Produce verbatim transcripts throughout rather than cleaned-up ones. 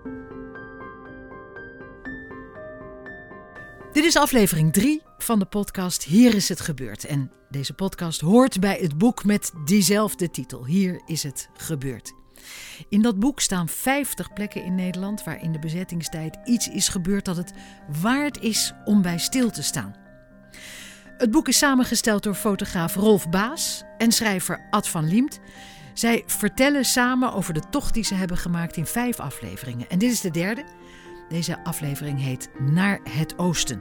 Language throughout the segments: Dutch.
Dit is aflevering drie van de podcast Hier is het gebeurd. En deze podcast hoort bij het boek met diezelfde titel. Hier is het gebeurd. In dat boek staan vijftig plekken in Nederland waar in de bezettingstijd iets is gebeurd dat het waard is om bij stil te staan. Het boek is samengesteld door fotograaf Rolf Baas en schrijver Ad van Liemt. Zij vertellen samen over de tocht die ze hebben gemaakt in vijf afleveringen. En dit is de derde. Deze aflevering heet Naar het Oosten.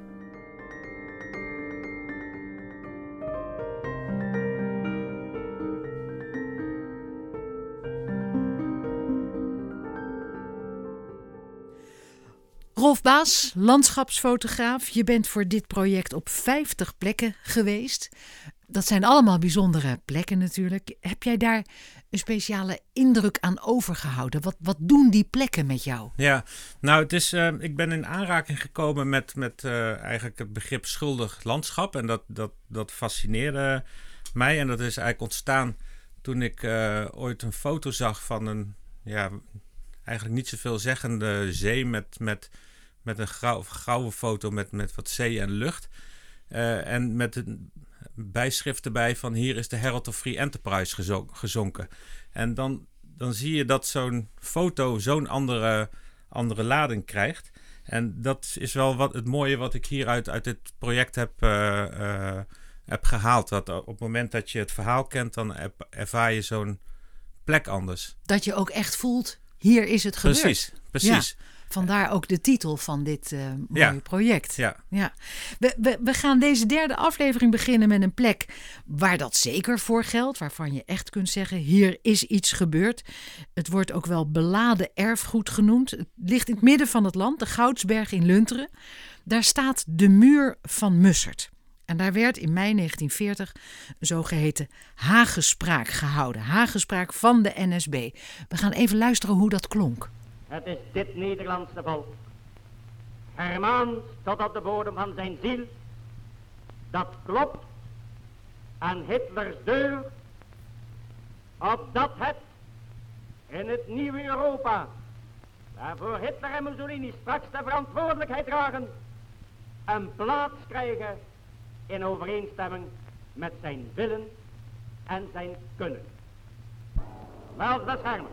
Rolf Baas, landschapsfotograaf. Je bent voor dit project op vijftig plekken geweest. Dat zijn allemaal bijzondere plekken natuurlijk. Heb jij daar een speciale indruk aan overgehouden? Wat, wat doen die plekken met jou? Ja, nou, het is, uh, ik ben in aanraking gekomen met, met uh, eigenlijk het begrip schuldig landschap. En dat, dat, dat fascineerde mij. En dat is eigenlijk ontstaan toen ik uh, ooit een foto zag van een, ja, eigenlijk niet zoveel zeggende zee met, met, met een grauw, grauwe foto met, met wat zee en lucht. Uh, en met een bijschrift erbij van hier is de Herald of Free Enterprise gezon- gezonken. En dan, dan zie je dat zo'n foto zo'n andere, andere lading krijgt. En dat is wel wat, het mooie wat ik hier uit, uit dit project heb, uh, uh, heb gehaald. Dat op het moment dat je het verhaal kent, dan ervaar je zo'n plek anders. Dat je ook echt voelt, hier is het gebeurd. Precies, precies. Ja. Vandaar ook de titel van dit uh, mooie ja. project. Ja. Ja. We, we, we gaan deze derde aflevering beginnen met een plek waar dat zeker voor geldt. Waarvan je echt kunt zeggen, hier is iets gebeurd. Het wordt ook wel beladen erfgoed genoemd. Het ligt in het midden van het land, de Goudsberg in Lunteren. Daar staat de muur van Mussert. En daar werd in mei negentien veertig een zogeheten Hagespraak gehouden. Hagespraak van de N S B. We gaan even luisteren hoe dat klonk. Het is dit Nederlandse volk, Germaans tot op de bodem van zijn ziel, dat klopt aan Hitlers deur, opdat het in het nieuwe Europa, waarvoor Hitler en Mussolini straks de verantwoordelijkheid dragen, een plaats krijgen in overeenstemming met zijn willen en zijn kunnen. Wel beschermen.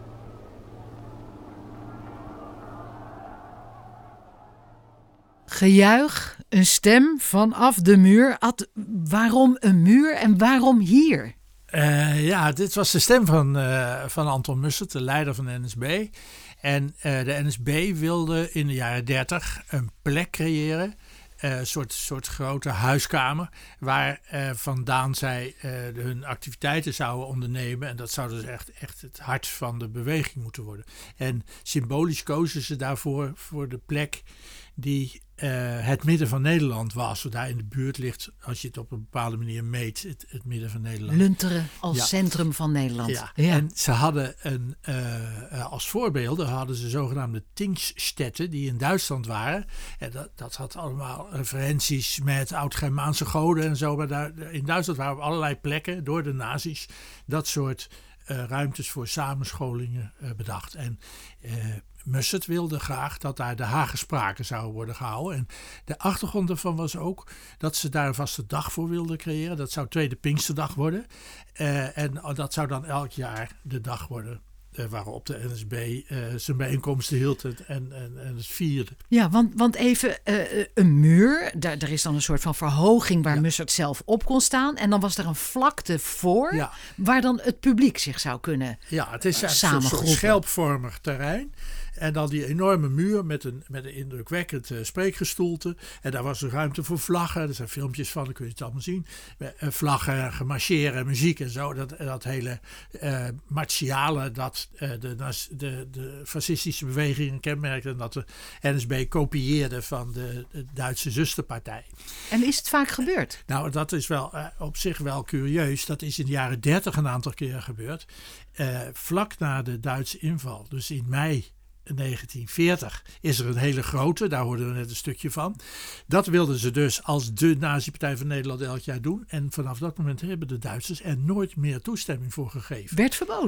Gejuich, een stem vanaf de muur. Ad, waarom een muur en waarom hier? Uh, ja, dit was de stem van, uh, van Anton Mussert, de leider van de N S B. En uh, de N S B wilde in de jaren dertig een plek creëren. Een uh, soort, soort grote huiskamer waar uh, vandaan zij uh, de, hun activiteiten zouden ondernemen. En dat zou dus echt, echt het hart van de beweging moeten worden. En symbolisch kozen ze daarvoor voor de plek die uh, het midden van Nederland was. Daar in de buurt ligt, als je het op een bepaalde manier meet, het, het midden van Nederland. Lunteren als ja. centrum van Nederland. Ja. Ja. En ze hadden een, uh, als voorbeelden hadden ze zogenaamde Tingsstätten die in Duitsland waren. En dat, dat had allemaal referenties met oud-Germaanse goden en zo. Maar daar, in Duitsland waren op allerlei plekken door de nazi's dat soort uh, ruimtes voor samenscholingen uh, bedacht. En uh, Mussert wilde graag dat daar de Hagespraken zouden worden gehouden. En de achtergrond daarvan was ook dat ze daar een vaste dag voor wilden creëren. Dat zou Tweede Pinksterdag worden. Uh, en dat zou dan elk jaar de dag worden uh, waarop de N S B uh, zijn bijeenkomsten hield en, en, en het vierde. Ja, want, want even uh, een muur. Daar, daar is dan een soort van verhoging waar ja. Mussert zelf op kon staan. En dan was er een vlakte voor ja. waar dan het publiek zich zou kunnen Ja, het is uh, een soort schelpvormig terrein. En dan die enorme muur met een, met een indrukwekkend uh, spreekgestoelte. En daar was er ruimte voor vlaggen. Er zijn filmpjes van, dan kun je het allemaal zien. Uh, vlaggen, gemarcheerd, muziek en zo. Dat, dat hele uh, martiale dat uh, de, de, de fascistische bewegingen kenmerkte. En dat de N S B kopieerde van de, de Duitse zusterpartij. En is het vaak gebeurd? Nou, dat is wel uh, op zich wel curieus. Dat is in de jaren dertig een aantal keer gebeurd. Uh, vlak na de Duitse inval. Dus in mei negentien veertig is er een hele grote, daar hoorden we net een stukje van. Dat wilden ze dus als de Nazi-partij van Nederland elk jaar doen. En vanaf dat moment hebben de Duitsers er nooit meer toestemming voor gegeven. Werd verboden?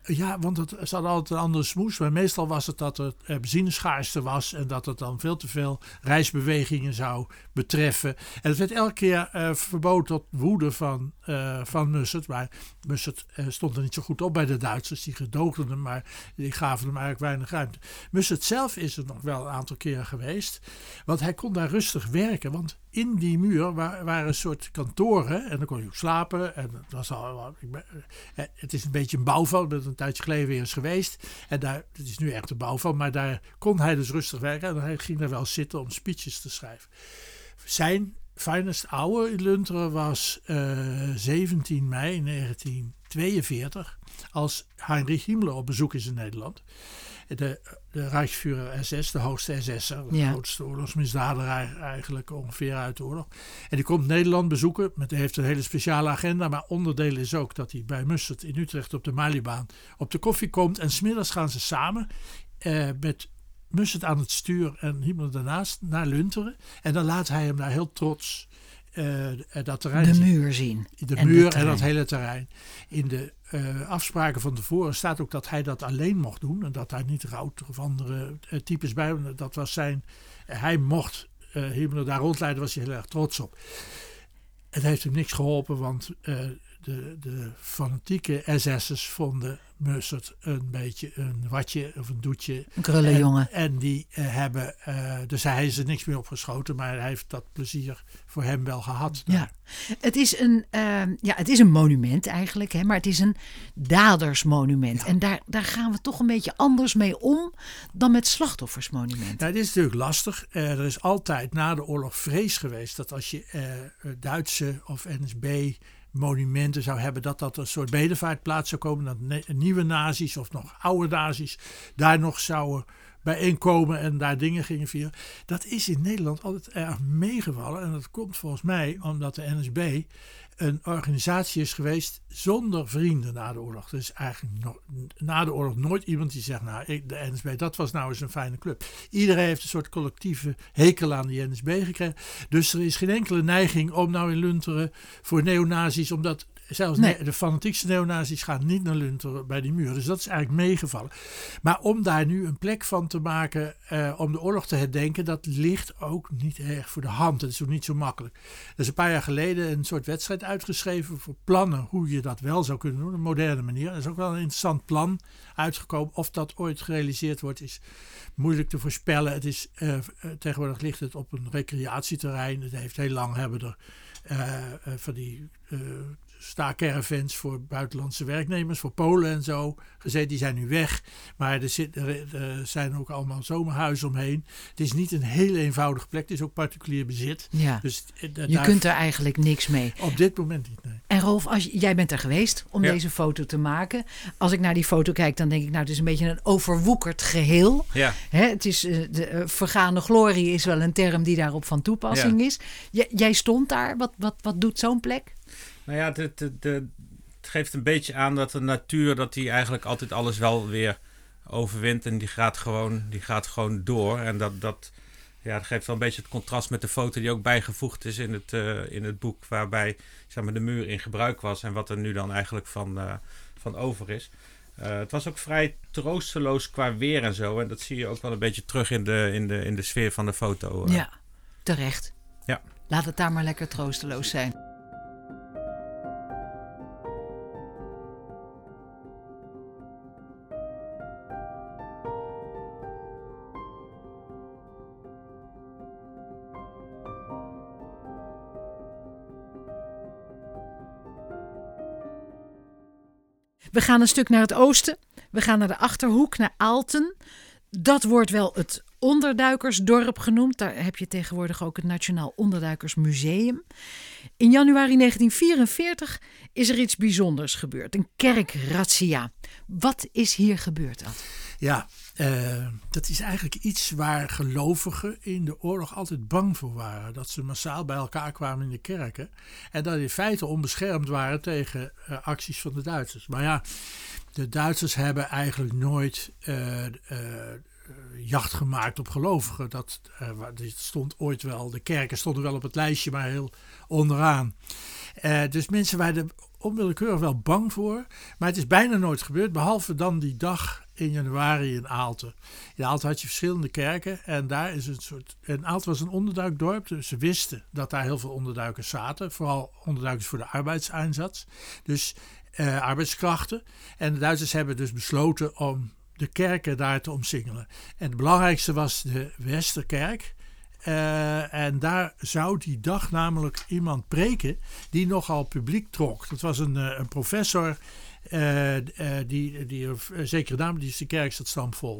Ja, want het, ze hadden altijd een andere smoes. Maar meestal was het dat er eh, benzineschaarste was. En dat het dan veel te veel reisbewegingen zou betreffen. En het werd elke keer uh, verboden tot woede van, uh, van Mussert. Maar Mussert uh, stond er niet zo goed op bij de Duitsers. Die gedoogden hem, maar die gaven hem eigenlijk weinig ruimte. Mussert zelf is er nog wel een aantal keren geweest. Want hij kon daar rustig werken. Want in die muur wa- waren een soort kantoren. En dan kon je ook slapen. En het, was al, ik ben, uh, het is een beetje een bouwval. Ik ben een tijdje geleden weer eens geweest. En daar, het is nu echt een bouwval. Maar daar kon hij dus rustig werken. En hij ging daar wel zitten om speeches te schrijven. Zijn finest hour in Lunteren was uh, zeventien mei negentien tweeënveertig. Als Heinrich Himmler op bezoek is in Nederland. De, de Reichsführer S S, de hoogste S S'er, de ja. grootste oorlogsmisdadiger eigenlijk ongeveer uit de oorlog. En die komt Nederland bezoeken. Met, hij heeft een hele speciale agenda, maar onderdeel is ook dat hij bij Mussert in Utrecht op de Malibaan op de koffie komt. En 's middags gaan ze samen uh, met Mussert aan het stuur en Himmler daarnaast naar Lunteren. En dan laat hij hem daar heel trots uh, dat terrein de zien. muur zien. De en muur en dat hele terrein. In de uh, afspraken van tevoren staat ook dat hij dat alleen mocht doen. En dat daar niet Rauter of andere uh, types bij. Dat was zijn... Uh, hij mocht uh, Himmler daar rondleiden, was hij heel erg trots op. Het heeft hem niks geholpen, want uh, de, de fanatieke S S'ers vonden Mussert een beetje een watje of een doetje. Een krullenjongen. En, en die uh, hebben, uh, dus hij is er niks meer op geschoten, maar hij heeft dat plezier voor hem wel gehad. Ja, het is een, uh, ja, het is een monument eigenlijk, hè, maar het is een dadersmonument. Ja. En daar, daar gaan we toch een beetje anders mee om dan met slachtoffersmonumenten. Nou, dit is natuurlijk lastig. Uh, er is altijd na de oorlog vrees geweest dat als je uh, Duitse of N S B monumenten zou hebben, dat dat een soort bedevaartplaats zou komen, dat ne- nieuwe nazi's of nog oude nazi's daar nog zouden bijeenkomen en daar dingen gingen vieren. Dat is in Nederland altijd erg meegevallen en dat komt volgens mij omdat de N S B een organisatie is geweest zonder vrienden na de oorlog. Er is eigenlijk no- na de oorlog nooit iemand die zegt, nou, ik, de N S B, dat was nou eens een fijne club. Iedereen heeft een soort collectieve hekel aan die N S B gekregen. Dus er is geen enkele neiging om nou in Lunteren voor neonazi's, omdat zelfs nee. de fanatiekste neonazi's gaan niet naar Lunteren bij die muur. Dus dat is eigenlijk meegevallen. Maar om daar nu een plek van te maken, uh, om de oorlog te herdenken, dat ligt ook niet erg voor de hand. Dat is ook niet zo makkelijk. Er is een paar jaar geleden een soort wedstrijd uitgeschreven voor plannen hoe je dat wel zou kunnen doen. Een moderne manier. Er is ook wel een interessant plan uitgekomen. Of dat ooit gerealiseerd wordt is moeilijk te voorspellen. Het is, uh, tegenwoordig ligt het op een recreatieterrein. Het heeft heel lang hebben er uh, uh, van die Uh, staakervens voor buitenlandse werknemers, voor Polen en zo gezeten. Die zijn nu weg. Maar er, zit, er, er zijn ook allemaal zomerhuizen omheen. Het is niet een heel eenvoudige plek. Het is ook particulier bezit. Ja. Dus, uh, je daar, kunt er eigenlijk niks mee. Op dit moment niet, nee. En Rolf, als, jij bent er geweest om ja. deze foto te maken. Als ik naar die foto kijk, dan denk ik, nou, het is een beetje een overwoekerd geheel. Ja. Hè, het is, uh, de uh, vergane glorie is wel een term die daarop van toepassing ja. is. J- jij stond daar. Wat, wat, wat doet zo'n plek? Nou ja, de, de, de, het geeft een beetje aan dat de natuur, dat die eigenlijk altijd alles wel weer overwint. En die gaat gewoon, die gaat gewoon door. En dat, dat, ja, dat geeft wel een beetje het contrast met de foto die ook bijgevoegd is in het, uh, in het boek. Waarbij zeg maar, de muur in gebruik was en wat er nu dan eigenlijk van, uh, van over is. Uh, het was ook vrij troosteloos qua weer en zo. En dat zie je ook wel een beetje terug in de, in de, in de sfeer van de foto. Uh. Ja, terecht. Ja. Laat het daar maar lekker troosteloos zijn. We gaan een stuk naar het oosten. We gaan naar de Achterhoek, naar Aalten. Dat wordt wel het onderduikersdorp genoemd. Daar heb je tegenwoordig ook het Nationaal Onderduikersmuseum. In januari negentien vierenveertig is er iets bijzonders gebeurd. Een kerkrazzia. Wat is hier gebeurd, Ad? Ja, uh, dat is eigenlijk iets waar gelovigen in de oorlog altijd bang voor waren. Dat ze massaal bij elkaar kwamen in de kerken. En dat in feite onbeschermd waren tegen uh, acties van de Duitsers. Maar ja, de Duitsers hebben eigenlijk nooit uh, uh, jacht gemaakt op gelovigen. Dat uh, stond ooit wel, de kerken stonden wel op het lijstje, maar heel onderaan. Uh, dus mensen waren onwillekeurig wel bang voor. Maar het is bijna nooit gebeurd, behalve dan die dag in januari in Aalten. In Aalten had je verschillende kerken en daar is een soort... En Aalten was een onderduikdorp, dus ze wisten dat daar heel veel onderduikers zaten. Vooral onderduikers voor de arbeidseinsatz. Dus uh, arbeidskrachten. En de Duitsers hebben dus besloten om de kerken daar te omsingelen. En het belangrijkste was de Westerkerk. Uh, en daar zou die dag namelijk iemand preken die nogal publiek trok. Dat was een, uh, een professor, uh, uh, die, die, uh, zekere dame, die is de kerk zat stampvol.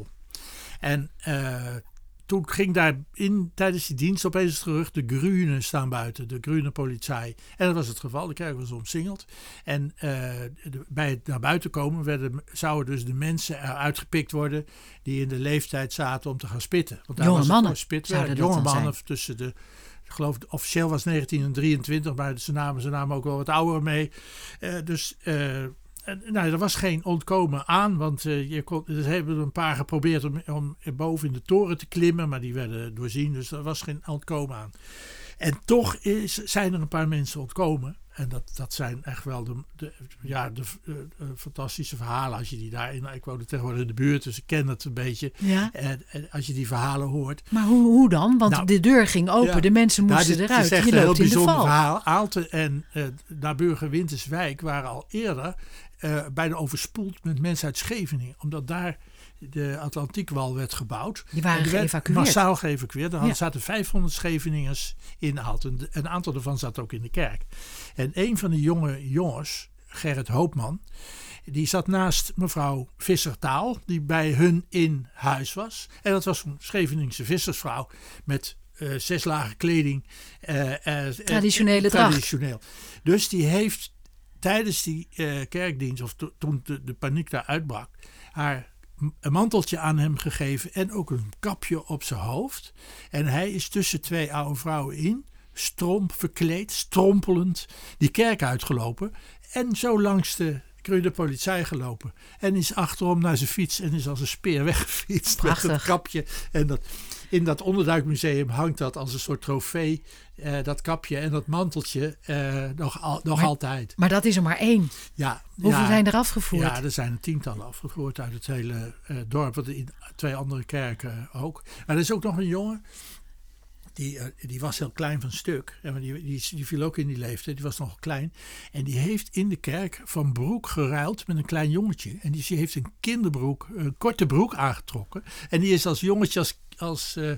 En uh, toen ging daar in, tijdens die dienst opeens het gerucht, de Grünen staan buiten, de Grüne politie. En dat was het geval, de kerk was omsingeld. En uh, de, bij het naar buiten komen werden, zouden dus de mensen eruit gepikt worden die in de leeftijd zaten om te gaan spitten. Want daar jonge was mannen het spitwerk, jonge mannen tussen de... Ik geloof, officieel was negentien drieëntwintig, maar ze namen, ze namen ook wel wat ouder mee. Uh, dus... Uh, Nou, er was geen ontkomen aan, want uh, je kon, er hebben een paar geprobeerd om, om boven in de toren te klimmen, maar die werden doorzien, dus er was geen ontkomen aan. En toch is, zijn er een paar mensen ontkomen. En dat, dat zijn echt wel de, de, ja, de, de, de fantastische verhalen als je die daarin... Ik woonde tegenwoordig in de buurt, dus ik ken het een beetje. Ja. En, en als je die verhalen hoort. Maar hoe, hoe dan? Want nou, de deur ging open, ja, de mensen moesten nou, dit, eruit. Het is echt je een loopt heel in de bijzonder val. verhaal. Aalten en uh, Naburger Winterswijk waren al eerder uh, bijna overspoeld met mensen uit Scheveningen. Omdat daar de Atlantiekwal werd gebouwd. Die waren en die geëvacueerd. Massaal geëvacueerd. Er Ja. zaten vijfhonderd Scheveningers in Aalten. Een aantal daarvan zat ook in de kerk. En een van de jonge jongens, Gerrit Hoopman, die zat naast mevrouw Visser-Taal, die bij hun in huis was. En dat was een Scheveningse vissersvrouw met uh, zes lagen kleding. Uh, uh, Traditionele uh, dracht. Traditioneel. Dus die heeft tijdens die uh, kerkdienst, of to, toen de, de paniek daar uitbrak, haar een manteltje aan hem gegeven en ook een kapje op zijn hoofd. En hij is tussen twee oude vrouwen in, stromp verkleed, strompelend, die kerk uitgelopen en zo langs de Grüne politie gelopen. En is achterom naar zijn fiets en is als een speer weggefietst. Prachtig. Met het kapje. En dat, in dat onderduikmuseum hangt dat als een soort trofee, uh, dat kapje en dat manteltje, uh, nog, al, nog maar, altijd. Maar dat is er maar één. Ja, Hoeveel ja, zijn er afgevoerd? Ja, er zijn tientallen afgevoerd uit het hele uh, dorp. Want in twee andere kerken ook. Maar er is ook nog een jongen. Die, uh, die was heel klein van stuk. En die, die, die viel ook in die leeftijd. Die was nog klein. En die heeft in de kerk van broek geruild met een klein jongetje. En die, die heeft een kinderbroek, een korte broek aangetrokken. En die is als jongetje, als... als uh,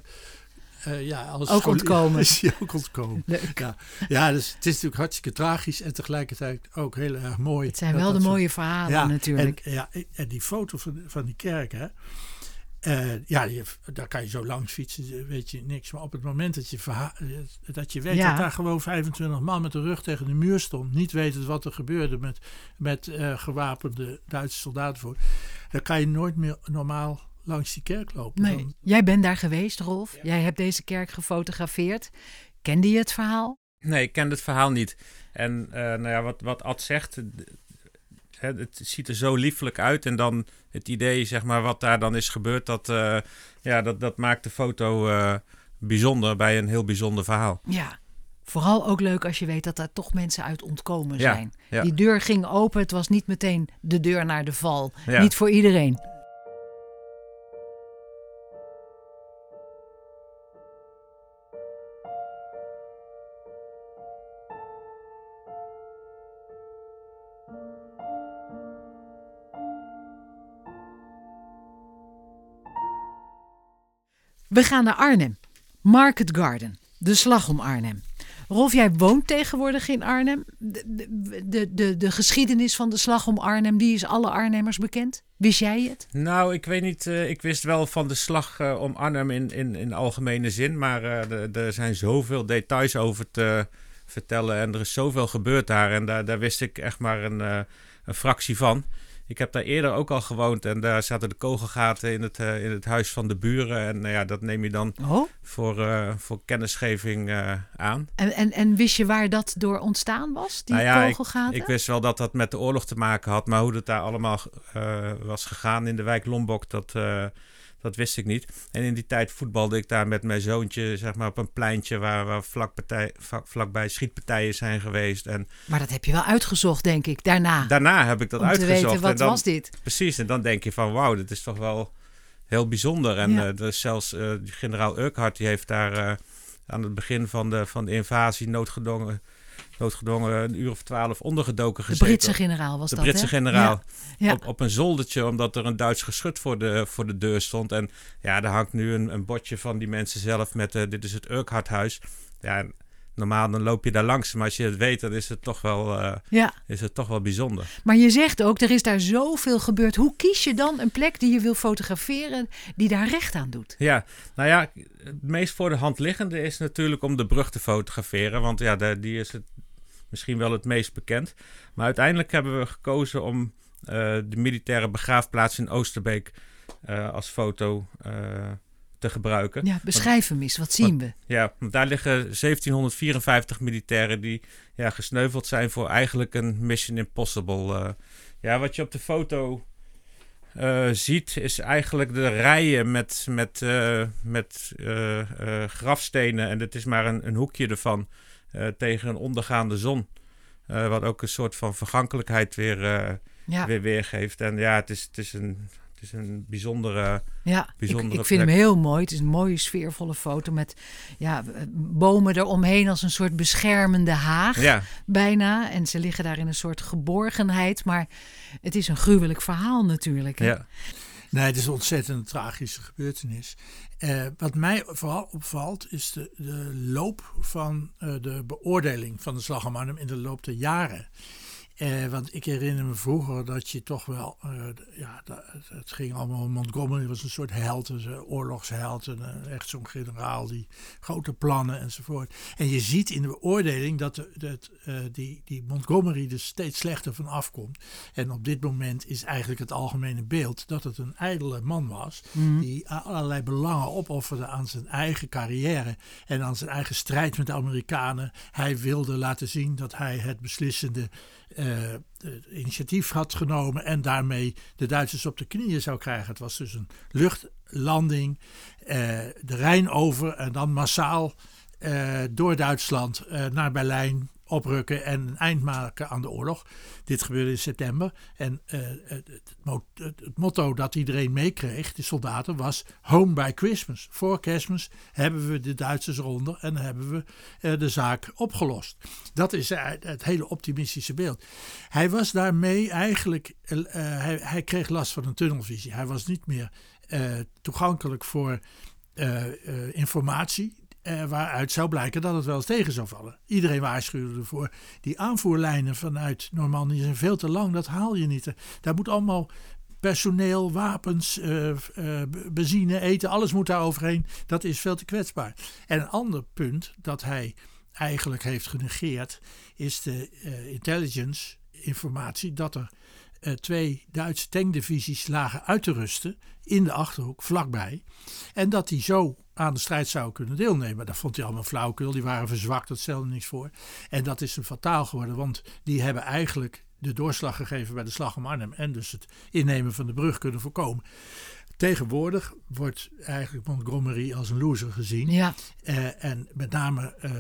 Uh, ja, als ook ontkomen. Is hij ook ontkomen. Leuk. Ja, ja dus het is natuurlijk hartstikke tragisch en tegelijkertijd ook heel erg mooi. Het zijn dat wel dat de zo... mooie verhalen ja, natuurlijk. En, ja, en die foto van, van die kerk, hè. Uh, ja, je, daar kan je zo langs fietsen, weet je niks. Maar op het moment dat je, verha- dat je weet Ja. dat daar gewoon vijfentwintig man met de rug tegen de muur stond, niet wetend wat er gebeurde met, met uh, gewapende Duitse soldaten voor, dan kan je nooit meer normaal langs die kerk lopen. Nee. Dan, Jij bent daar geweest, Rolf. Ja. Jij hebt deze kerk gefotografeerd. Kende je het verhaal? Nee, ik ken het verhaal niet. En uh, nou ja, wat, wat Ad zegt, het, het ziet er zo liefelijk uit. En dan het idee, zeg maar, wat daar dan is gebeurd, dat, uh, ja, dat, dat maakt de foto uh, bijzonder bij een heel bijzonder verhaal. Ja. Vooral ook leuk als je weet dat daar toch mensen uit ontkomen Ja, zijn. ja. Die deur ging open. Het was niet meteen de deur naar de val. Ja. Niet voor iedereen. We gaan naar Arnhem. Market Garden. De slag om Arnhem. Rolf, jij woont tegenwoordig in Arnhem. De, de, de, de, de geschiedenis van de slag om Arnhem, die is alle Arnhemmers bekend. Wist jij het? Nou, ik weet niet. Uh, ik wist wel van de slag uh, om Arnhem in, in, in algemene zin. Maar uh, er zijn zoveel details over te vertellen. En er is zoveel gebeurd daar. En daar, daar wist ik echt maar een, uh, een fractie van. Ik heb daar eerder ook al gewoond en daar zaten de kogelgaten in het, uh, in het huis van de buren. En nou ja, dat neem je dan oh. voor, uh, voor kennisgeving uh, aan. En, en, en wist je waar dat door ontstaan was, die nou ja, kogelgaten? Ik, ik wist wel dat dat met de oorlog te maken had, maar hoe het daar allemaal uh, was gegaan in de wijk Lombok, dat, uh, dat wist ik niet. En in die tijd voetbalde ik daar met mijn zoontje, zeg maar, op een pleintje waar, waar vlakpartij, vlak, vlakbij schietpartijen zijn geweest. En maar dat heb je wel uitgezocht, denk ik, daarna. Daarna heb ik dat om uitgezocht. te weten, wat en dan, was dit? Precies, en dan denk je van wauw, dit is toch wel heel bijzonder. En Ja. uh, er is zelfs uh, generaal Urquhart, die heeft daar uh, aan het begin van de, van de invasie noodgedwongen, noodgedwongen een uur of twaalf ondergedoken gezeten. De Britse generaal was de dat, Britse hè? generaal. Ja. Ja. Op, op een zoldertje, omdat er een Duits geschut voor de, voor de deur stond. En ja, daar hangt nu een, een bordje van die mensen zelf met uh, dit is het Urquharthuis. Ja, normaal dan loop je daar langs, maar als je het weet, dan is het toch wel, uh, Ja. is het toch wel bijzonder. Maar je zegt ook, er is daar zoveel gebeurd. Hoe kies je dan een plek die je wil fotograferen die daar recht aan doet? Ja, nou ja, het meest voor de hand liggende is natuurlijk om de brug te fotograferen. Want ja, de, die is het misschien wel het meest bekend. Maar uiteindelijk hebben we gekozen om uh, de militaire begraafplaats in Oosterbeek uh, als foto uh, te gebruiken. Ja, beschrijf hem eens. Wat zien want, we? Ja, want daar liggen zeventienhonderdvierenvijftig militairen die ja, gesneuveld zijn voor eigenlijk een Mission Impossible. Uh, ja, wat je op de foto uh, ziet is eigenlijk de rijen met, met, uh, met uh, uh, grafstenen. En het is maar een, een hoekje ervan uh, tegen een ondergaande zon. Uh, wat ook een soort van vergankelijkheid weer, uh, Ja. weer weergeeft. En ja, het is, het is een... Het is een bijzondere, Ja, bijzondere ik, ik vind plek. hem heel mooi. Het is een mooie sfeervolle foto met ja, bomen eromheen als een soort beschermende haag Ja. bijna. En ze liggen daar in een soort geborgenheid. Maar het is een gruwelijk verhaal natuurlijk. Hè? Ja. Nee, het is een ontzettend tragische gebeurtenis. Uh, wat mij vooral opvalt is de, de loop van uh, de beoordeling van de Slag om Arnhem in de loop der jaren. Uh, want ik herinner me vroeger dat je toch wel, uh, ja, dat, het ging allemaal om Montgomery, was een soort held, een oorlogsheld, en, uh, echt zo'n generaal die grote plannen enzovoort. En je ziet in de beoordeling dat, de, dat uh, die, die Montgomery er steeds slechter van afkomt. En op dit moment is eigenlijk het algemene beeld dat het een ijdele man was, mm. die allerlei belangen opofferde aan zijn eigen carrière en aan zijn eigen strijd met de Amerikanen. Hij wilde laten zien dat hij het beslissende Uh, initiatief had genomen en daarmee de Duitsers op de knieën zou krijgen. Het was dus een luchtlanding, uh, de Rijn over en dan massaal uh, door Duitsland uh, naar Berlijn oprukken en een eind maken aan de oorlog. Dit gebeurde in september. En uh, het, het, het motto dat iedereen meekreeg, de soldaten, was Home by Christmas. Voor Kerstmis hebben we de Duitsers eronder en hebben we uh, de zaak opgelost. Dat is uh, het hele optimistische beeld. Hij was daarmee eigenlijk, uh, hij, hij kreeg last van een tunnelvisie. Hij was niet meer uh, toegankelijk voor uh, uh, informatie. Uh, waaruit zou blijken dat het wel eens tegen zou vallen. Iedereen waarschuwde ervoor. Die aanvoerlijnen vanuit Normandië zijn veel te lang. Dat haal je niet. Daar moet allemaal personeel, wapens, uh, uh, benzine, eten. Alles moet daar overheen. Dat is veel te kwetsbaar. En een ander punt dat hij eigenlijk heeft genegeerd is de uh, intelligence informatie dat er uh, twee Duitse tankdivisies lagen uit te rusten in de Achterhoek vlakbij. En dat die zo aan de strijd zouden kunnen deelnemen. Dat vond hij allemaal flauwekul. Die waren verzwakt, dat stelde niks voor. En dat is hem fataal geworden, want die hebben eigenlijk de doorslag gegeven bij de Slag om Arnhem en dus het innemen van de brug kunnen voorkomen. Tegenwoordig wordt eigenlijk Montgomery als een loser gezien. Ja. Uh, en met name, uh,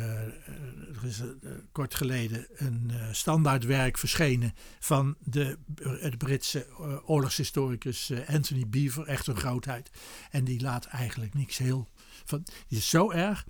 er is uh, kort geleden een uh, standaardwerk verschenen van de, uh, de Britse uh, oorlogshistoricus uh, Anthony Beevor, echt een grootheid. En die laat eigenlijk niks heel van. Die is zo erg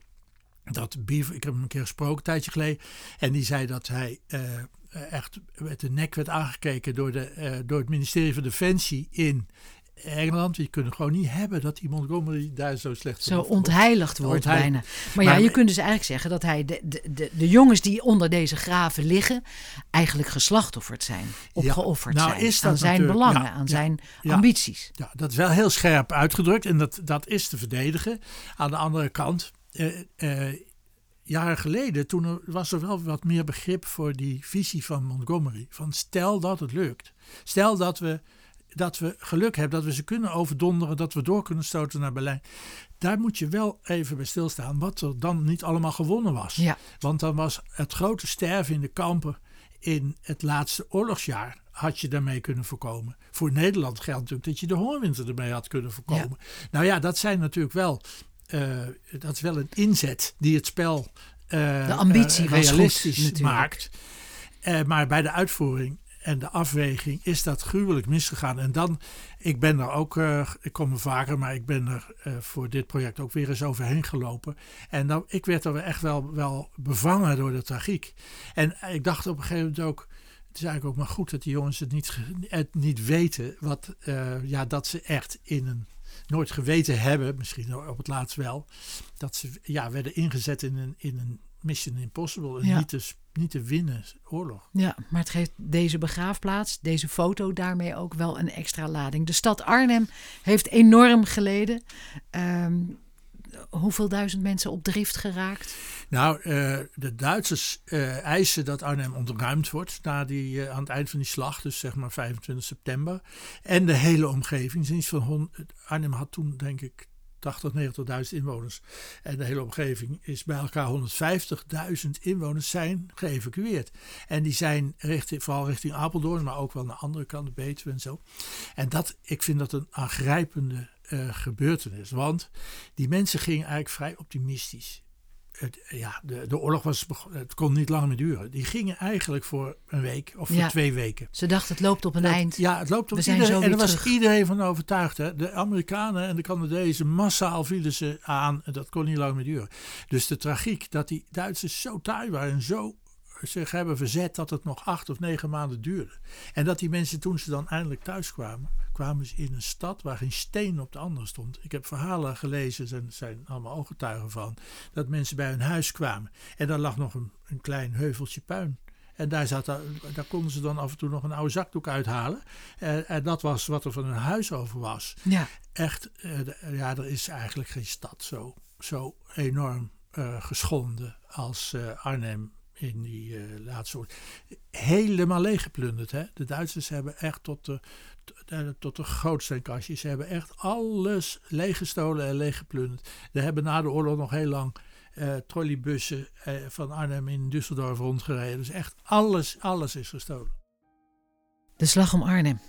dat Beevor, ik heb hem een keer gesproken een tijdje geleden, en die zei dat hij uh, echt met de nek werd aangekeken door, de, uh, door het ministerie van Defensie in Engeland. Je kunt gewoon niet hebben dat die Montgomery daar zo slecht zo ontheiligd wordt ontheiligd. bijna. Maar, maar ja, je kunt dus eigenlijk zeggen dat hij de, de, de, de jongens die onder deze graven liggen eigenlijk geslachtofferd zijn, opgeofferd ja, nou zijn is dat aan zijn belangen, ja, aan ja, zijn ja, ambities. Ja, dat is wel heel scherp uitgedrukt en dat, dat is te verdedigen. Aan de andere kant, uh, uh, jaren geleden, toen er, was er wel wat meer begrip voor die visie van Montgomery. Van stel dat het lukt. Stel dat we dat we geluk hebben, dat we ze kunnen overdonderen, dat we door kunnen stoten naar Berlijn. Daar moet je wel even bij stilstaan wat er dan niet allemaal gewonnen was. Ja. Want dan was het grote sterven in de kampen in het laatste oorlogsjaar had je daarmee kunnen voorkomen. Voor Nederland geldt natuurlijk dat je de hongerwinter ermee had kunnen voorkomen. Ja. Nou ja, dat zijn natuurlijk wel, uh, dat is wel een inzet die het spel uh, de ambitie uh, was realistisch goed, maakt. Uh, maar bij de uitvoering en de afweging is dat gruwelijk misgegaan. En dan, ik ben er ook, uh, ik kom er vaker, maar ik ben er uh, voor dit project ook weer eens overheen gelopen. En dan, ik werd er echt wel, wel bevangen door de tragiek. En ik dacht op een gegeven moment ook, het is eigenlijk ook maar goed dat die jongens het niet, het niet weten. Wat, uh, ja, dat ze echt in een, nooit geweten hebben, misschien op het laatst wel, dat ze ja, werden ingezet in een, in een Mission Impossible. En ja. niet, te, niet te winnen oorlog. Ja, maar het geeft deze begraafplaats, deze foto daarmee ook wel een extra lading. De stad Arnhem heeft enorm geleden. Um, hoeveel duizend mensen op drift geraakt? Nou, uh, de Duitsers uh, eisen dat Arnhem ontruimd wordt na die, uh, aan het eind van die slag, dus zeg maar vijfentwintig september. En de hele omgeving. Sinds van hon- Arnhem had toen denk ik tachtig, negentigduizend inwoners. En de hele omgeving is bij elkaar honderdvijftigduizend inwoners zijn geëvacueerd. En die zijn richting, vooral richting Apeldoorn, maar ook wel naar andere kanten, Betuwe en zo. En dat, ik vind dat een aangrijpende uh, gebeurtenis. Want die mensen gingen eigenlijk vrij optimistisch. Het, ja, de, de oorlog was, het kon niet lang meer duren. Die gingen eigenlijk voor een week of voor ja, twee weken. Ze dachten het loopt op een dat, eind. Ja, het loopt op We iedereen. Zijn zo en er was terug. iedereen van overtuigd. Hè? De Amerikanen en de Canadezen massaal vielen ze aan. En dat kon niet lang meer duren. Dus de tragiek dat die Duitsers zo taai waren en zo zich hebben verzet dat het nog acht of negen maanden duurde. En dat die mensen toen ze dan eindelijk thuis kwamen, kwamen ze in een stad waar geen steen op de andere stond. Ik heb verhalen gelezen, er zijn allemaal ooggetuigen van, dat mensen bij hun huis kwamen. En daar lag nog een, een klein heuveltje puin. En daar, zat, daar, daar konden ze dan af en toe nog een oude zakdoek uithalen. En, en dat was wat er van hun huis over was. Ja. Echt, uh, ja, er is eigenlijk geen stad zo, zo enorm uh, geschonden als uh, Arnhem. In die uh, laatste oorlog. Helemaal leeggeplunderd. Hè? De Duitsers hebben echt tot de, tot de grootsteenkastjes. Ze hebben echt alles leeggestolen en leeggeplunderd. Ze hebben na de oorlog nog heel lang uh, trolleybussen uh, van Arnhem in Düsseldorf rondgereden. Dus echt alles, alles is gestolen. De slag om Arnhem.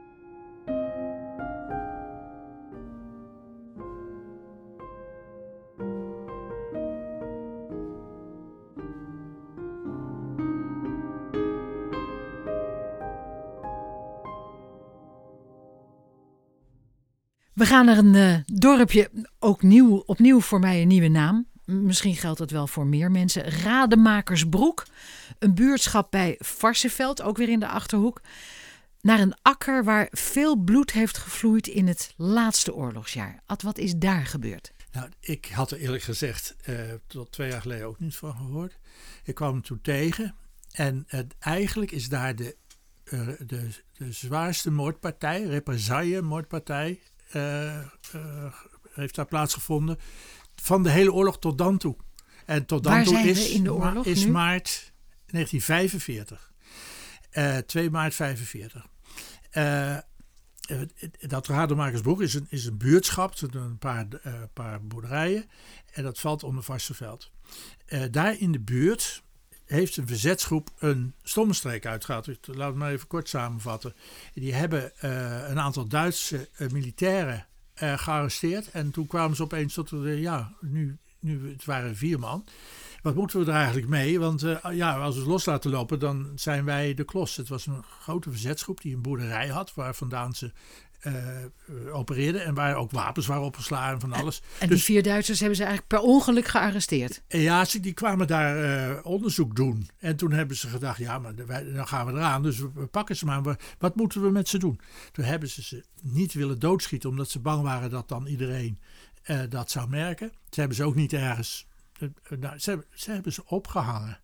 We gaan naar een uh, dorpje, ook nieuw, opnieuw voor mij een nieuwe naam. Misschien geldt het wel voor meer mensen. Rademakersbroek, een buurtschap bij Varsseveld, ook weer in de Achterhoek. Naar een akker waar veel bloed heeft gevloeid in het laatste oorlogsjaar. Ad, wat is daar gebeurd? Nou, ik had er eerlijk gezegd uh, tot twee jaar geleden ook niet van gehoord. Ik kwam hem toen tegen en uh, eigenlijk is daar de, uh, de, de zwaarste moordpartij, represaille moordpartij, Uh, uh, heeft daar plaatsgevonden van de hele oorlog tot dan toe. En tot dan Waar toe zijn is, we in de oorlog is nu? maart negentien vijfenveertig. Uh, twee maart vijfenveertig. Uh, uh, dat Rademakersbroek is een, is een buurtschap, een paar, uh, paar boerderijen. En dat valt onder Varsseveld. Uh, daar in de buurt heeft een verzetsgroep een stommenstreek uitgehaald. Laat het maar even kort samenvatten. Die hebben uh, een aantal Duitse uh, militairen uh, gearresteerd. En toen kwamen ze opeens tot, uh, ja, nu, nu het waren vier man. Wat moeten we er eigenlijk mee? Want uh, ja, als we het los laten lopen, dan zijn wij de klos. Het was een grote verzetsgroep die een boerderij had, waar vandaan ze Uh, uh, opereerden en waar ook wapens waren opgeslagen en van alles. En dus, die vier Duitsers hebben ze eigenlijk per ongeluk gearresteerd? Ja, ze, die kwamen daar uh, onderzoek doen. En toen hebben ze gedacht, ja, maar wij, dan gaan we eraan. Dus we, we pakken ze maar. We, wat moeten we met ze doen? Toen hebben ze ze niet willen doodschieten, omdat ze bang waren dat dan iedereen uh, dat zou merken. Ze hebben ze ook niet ergens... Uh, nou, ze, ze hebben ze opgehangen.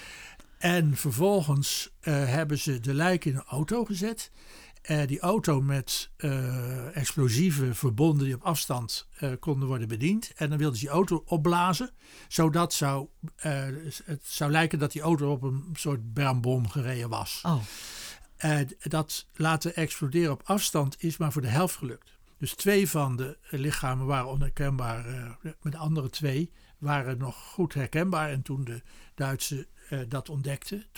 En vervolgens uh, hebben ze de lijken in een auto gezet. Uh, die auto met uh, explosieven verbonden die op afstand uh, konden worden bediend. En dan wilden ze die auto opblazen. Zodat zou, uh, het zou lijken dat die auto op een soort bermbom gereden was. Oh. Uh, dat laten exploderen op afstand is maar voor de helft gelukt. Dus twee van de lichamen waren onherkenbaar. Uh, met de andere twee waren nog goed herkenbaar. En toen de Duitsers uh, dat ontdekten, toen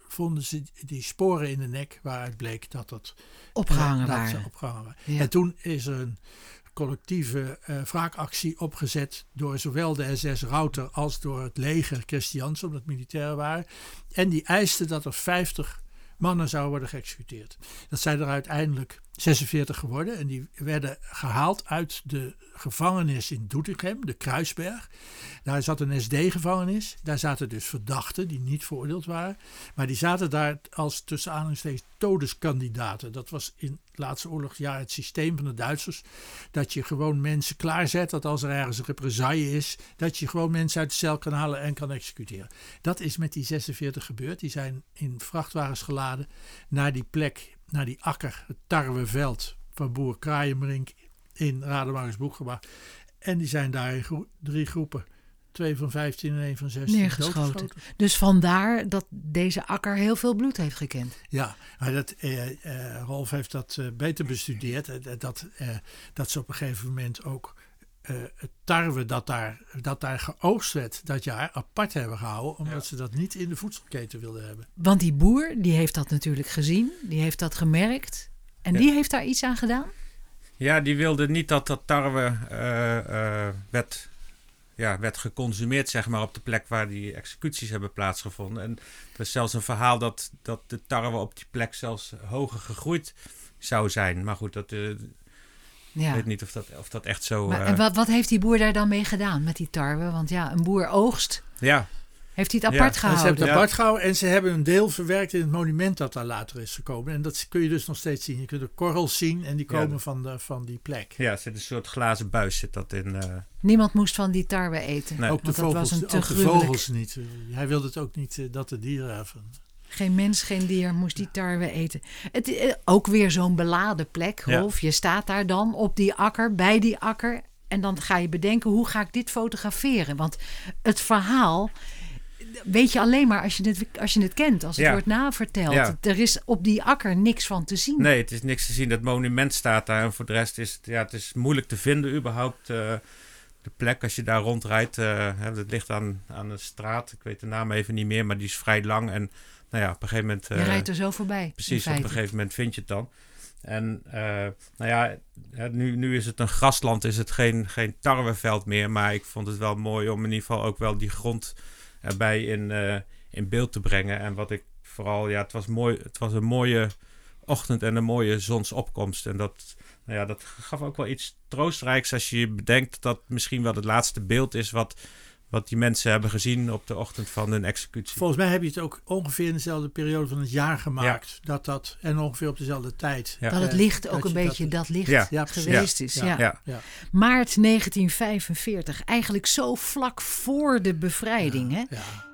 vonden ze die sporen in de nek waaruit bleek dat het Opgehangen dat waren. ze opgehangen waren. Ja. En toen is er een collectieve uh, wraakactie opgezet door zowel de S S Rauter als door het leger Christians, omdat het militairen waren. En die eisten dat er vijftig mannen zouden worden geëxecuteerd. Dat zijn er uiteindelijk zesenveertig geworden en die werden gehaald uit de gevangenis in Doetinchem, de Kruisberg. Daar zat een S D-gevangenis. Daar zaten dus verdachten die niet veroordeeld waren. Maar die zaten daar als tussen aanhalingstekens todeskandidaten. Dat was in het laatste oorlogsjaar het systeem van de Duitsers. Dat je gewoon mensen klaarzet. Dat als er ergens een represaille is, dat je gewoon mensen uit de cel kan halen en kan executeren. Dat is met die zesenveertig gebeurd. Die zijn in vrachtwagens geladen naar die plek, naar die akker, het tarweveld van boer Kraaienbrink in Rademachersbroek gebracht. En die zijn daar in gro- drie groepen, twee van vijftien en één van zestien, Neergeschoten. doodgeschoten. Dus vandaar dat deze akker heel veel bloed heeft gekend. Ja, maar dat, eh, eh, Rolf heeft dat eh, beter bestudeerd. Eh, dat, eh, dat ze op een gegeven moment ook uh, het tarwe dat daar, dat daar geoogst werd dat jaar apart hebben gehouden. Omdat ja. ze dat niet in de voedselketen wilden hebben. Want die boer, die heeft dat natuurlijk gezien. Die heeft dat gemerkt. En ja. die heeft daar iets aan gedaan? Ja, die wilde niet dat dat tarwe uh, uh, werd, ja, werd geconsumeerd, zeg maar, op de plek waar die executies hebben plaatsgevonden. En er is zelfs een verhaal dat, dat de tarwe op die plek zelfs hoger gegroeid zou zijn. Maar goed, dat... Uh, Ja. Ik weet niet of dat, of dat echt zo... Maar, uh... En wat, wat heeft die boer daar dan mee gedaan met die tarwe? Want ja, een boer oogst. Ja. Heeft hij het apart ja. gehouden? En ze hebben het apart gehouden en ze hebben een deel verwerkt in het monument dat daar later is gekomen. En dat kun je dus nog steeds zien. Je kunt de korrels zien en die komen ja. van, de, van die plek. Ja, er zit een soort glazen buis zit dat in. Uh... Niemand moest van die tarwe eten. Nee. Ook, de vogels, dat was een te ook de vogels niet. Hij wilde het ook niet uh, dat de dieren ervan... Geen mens, geen dier moest die tarwe eten. Het is ook weer zo'n beladen plek, Rolf. Ja. Je staat daar dan op die akker, bij die akker. En dan ga je bedenken, hoe ga ik dit fotograferen? Want het verhaal weet je alleen maar als je het, als je het kent. Als het ja. wordt naverteld. Ja. Er is op die akker niks van te zien. Nee, het is niks te zien. Het monument staat daar. En voor de rest is het, ja, het is moeilijk te vinden überhaupt. Uh, de plek als je daar rondrijdt. Uh, het ligt aan, aan een straat. Ik weet de naam even niet meer. Maar die is vrij lang en... Nou ja, op een gegeven moment... Je uh, rijdt er zo voorbij. Precies, op een gegeven moment vind je het dan. En uh, nou ja, nu, nu is het een grasland, is het geen, geen tarweveld meer. Maar ik vond het wel mooi om in ieder geval ook wel die grond erbij in, uh, in beeld te brengen. En wat ik vooral, ja, het was mooi, het was een mooie ochtend en een mooie zonsopkomst. En dat, nou ja, dat gaf ook wel iets troostrijks als je bedenkt dat misschien wel het laatste beeld is wat... wat die mensen hebben gezien op de ochtend van hun executie. Volgens mij heb je het ook ongeveer in dezelfde periode van het jaar gemaakt. Ja. Dat dat, en ongeveer op dezelfde tijd. Ja. Dat het licht ook een beetje dat, dat licht ja. Ja, geweest ja. is. Ja. Ja. Ja. Ja. Maart negentien vijfenveertig, eigenlijk zo vlak voor de bevrijding. Ja. Hè? Ja.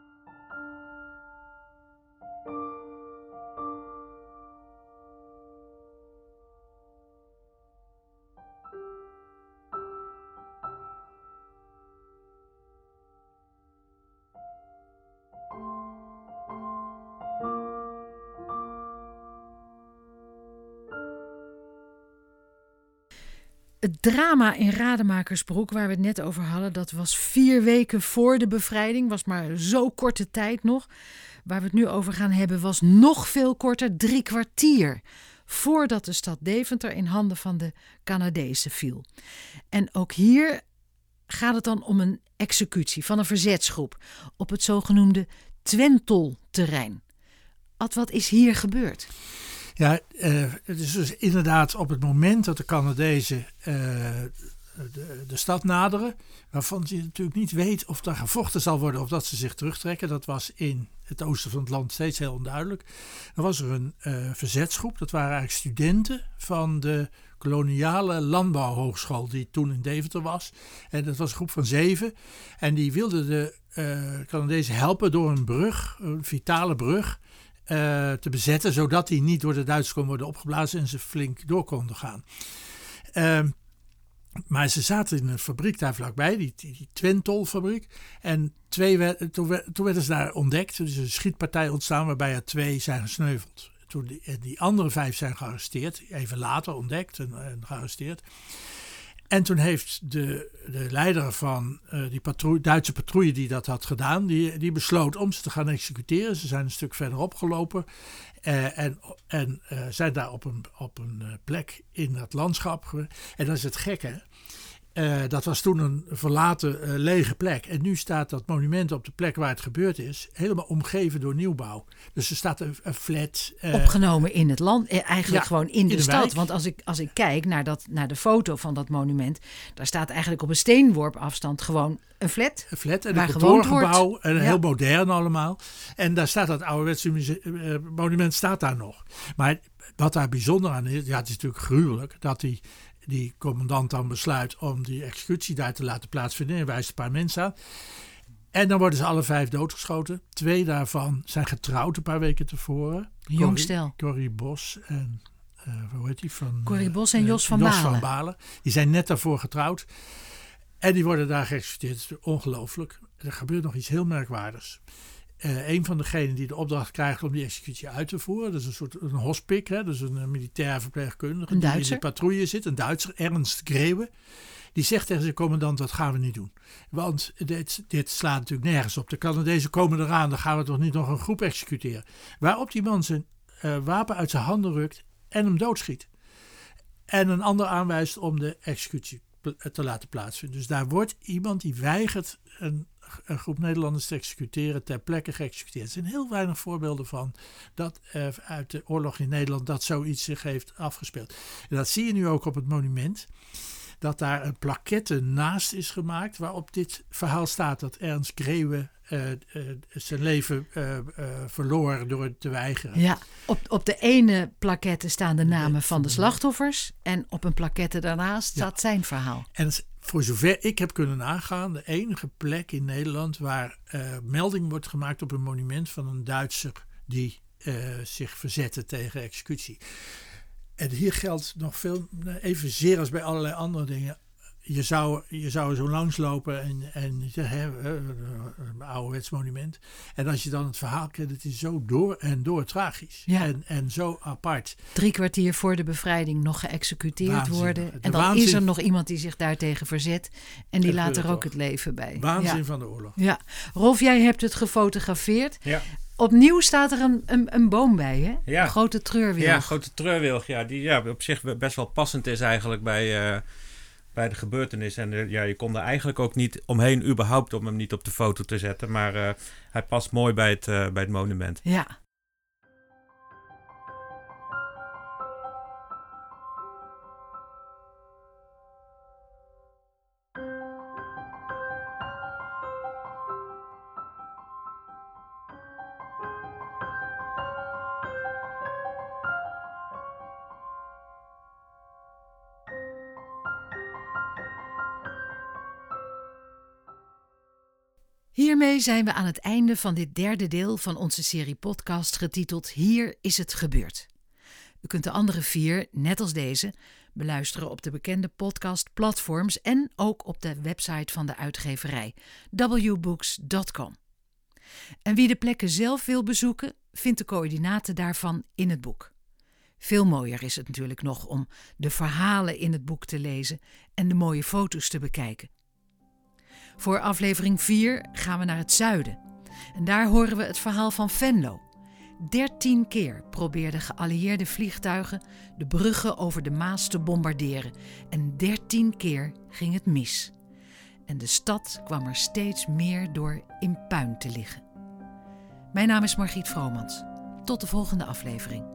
Het drama in Rademachersbroek, waar we het net over hadden, dat was vier weken voor de bevrijding. Was maar zo korte tijd nog. Waar we het nu over gaan hebben was nog veel korter, drie kwartier. Voordat de stad Deventer in handen van de Canadezen viel. En ook hier gaat het dan om een executie van een verzetsgroep op het zogenoemde Twentelterrein. Ad, wat is hier gebeurd? Ja, uh, het is dus inderdaad op het moment dat de Canadezen uh, de, de stad naderen, waarvan je natuurlijk niet weet of daar gevochten zal worden of dat ze zich terugtrekken. Dat was in het oosten van het land steeds heel onduidelijk. Dan was er een uh, verzetsgroep, dat waren eigenlijk studenten van de koloniale landbouwhogeschool die toen in Deventer was. En dat was een groep van zeven. En die wilden de uh, Canadezen helpen door een brug, een vitale brug, Uh, te bezetten, zodat die niet door de Duitsers kon worden opgeblazen en ze flink door konden gaan. Uh, maar ze zaten in een fabriek daar vlakbij, die, die, die Twentol-fabriek. En twee werd, toen, werd, toen werden ze daar ontdekt. Er is een schietpartij ontstaan waarbij er twee zijn gesneuveld. Toen die, die andere vijf zijn gearresteerd, even later ontdekt en, en gearresteerd. En toen heeft de, de leider van uh, die patrouille, Duitse patrouille die dat had gedaan, die, die besloot om ze te gaan executeren. Ze zijn een stuk verderop gelopen uh, en, en uh, zijn daar op een, op een plek in dat landschap. En dat is het gekke. Uh, dat was toen een verlaten uh, lege plek. En nu staat dat monument op de plek waar het gebeurd is, helemaal omgeven door nieuwbouw. Dus er staat een, een flat. Uh, Opgenomen in het land, eigenlijk ja, gewoon in de, in de stad. wijk. Want als ik, als ik kijk naar, dat, naar de foto van dat monument, daar staat eigenlijk op een steenworp afstand gewoon een flat. Een flat en waar een gewoond kantoorgebouw. wordt. En Ja. heel modern allemaal. En daar staat dat ouderwetse muse- uh, monument staat daar nog. Maar wat daar bijzonder aan is, ja, het is natuurlijk gruwelijk dat die die commandant dan besluit om die executie daar te laten plaatsvinden. En wijst een paar mensen aan. En dan worden ze alle vijf doodgeschoten. Twee daarvan zijn getrouwd een paar weken tevoren. Jong stel. Corrie Bos en uh, hoe heet die? Van, Corrie Bos en uh, Jos van Jos Balen. van Balen. Die zijn net daarvoor getrouwd. En die worden daar geëxecuteerd. Het is ongelooflijk. Er gebeurt nog iets heel merkwaardigs. Uh, een van degenen die de opdracht krijgt om die executie uit te voeren, dat is een soort een hospik, hè, dus een, een militair verpleegkundige Een die Duitser. in de patrouille zit, een Duitser, Ernst Grewe, die zegt tegen zijn commandant, dat gaan we niet doen. Want dit, dit slaat natuurlijk nergens op. De Canadezen komen eraan, dan gaan we toch niet nog een groep executeren. Waarop die man zijn uh, wapen uit zijn handen rukt en hem doodschiet. En een ander aanwijst om de executie te laten plaatsvinden. Dus daar wordt iemand die weigert een, een groep Nederlanders te executeren ter plekke geëxecuteerd. Er zijn heel weinig voorbeelden van dat uh, uit de oorlog in Nederland dat zoiets zich heeft afgespeeld. En dat zie je nu ook op het monument. Dat daar een plaquette naast is gemaakt waarop dit verhaal staat dat Ernst Grewe uh, uh, zijn leven uh, uh, verloor door het te weigeren. Ja, op, op de ene plaquette staan de namen van de slachtoffers en op een plaquette daarnaast staat ja. zijn verhaal. En voor zover ik heb kunnen nagaan, de enige plek in Nederland waar uh, melding wordt gemaakt op een monument van een Duitser die uh, zich verzette tegen executie. En hier geldt nog veel, evenzeer als bij allerlei andere dingen. Je zou, je zou er zo langslopen en, en hè, een ouderwets monument. En als je dan het verhaal kent, het is zo door en door tragisch. Ja. En, en zo apart. Drie kwartier voor de bevrijding nog geëxecuteerd Waanzin. worden. De En dan waanzin. is er nog iemand die zich daartegen verzet. En die Dat laat er gebeurt ook toch. het leven bij. Waanzin Ja. van de oorlog. Ja. Rolf, jij hebt het gefotografeerd. Ja. Opnieuw staat er een, een, een boom bij, hè? Ja. Een grote treurwilg. Ja, grote treurwilg. Ja, die ja, op zich best wel passend is eigenlijk bij, uh, bij de gebeurtenis. En uh, ja, je kon er eigenlijk ook niet omheen überhaupt om hem niet op de foto te zetten. Maar uh, hij past mooi bij het, uh, bij het monument. Ja. Hiermee zijn we aan het einde van dit derde deel van onze serie podcast getiteld Hier is het gebeurd. U kunt de andere vier, net als deze, beluisteren op de bekende podcastplatforms en ook op de website van de uitgeverij w books dot com. En wie de plekken zelf wil bezoeken, vindt de coördinaten daarvan in het boek. Veel mooier is het natuurlijk nog om de verhalen in het boek te lezen en de mooie foto's te bekijken. Voor aflevering vier gaan we naar het zuiden. En daar horen we het verhaal van Venlo. Dertien keer probeerden geallieerde vliegtuigen de bruggen over de Maas te bombarderen. En dertien keer ging het mis. En de stad kwam er steeds meer door in puin te liggen. Mijn naam is Margriet Vromans. Tot de volgende aflevering.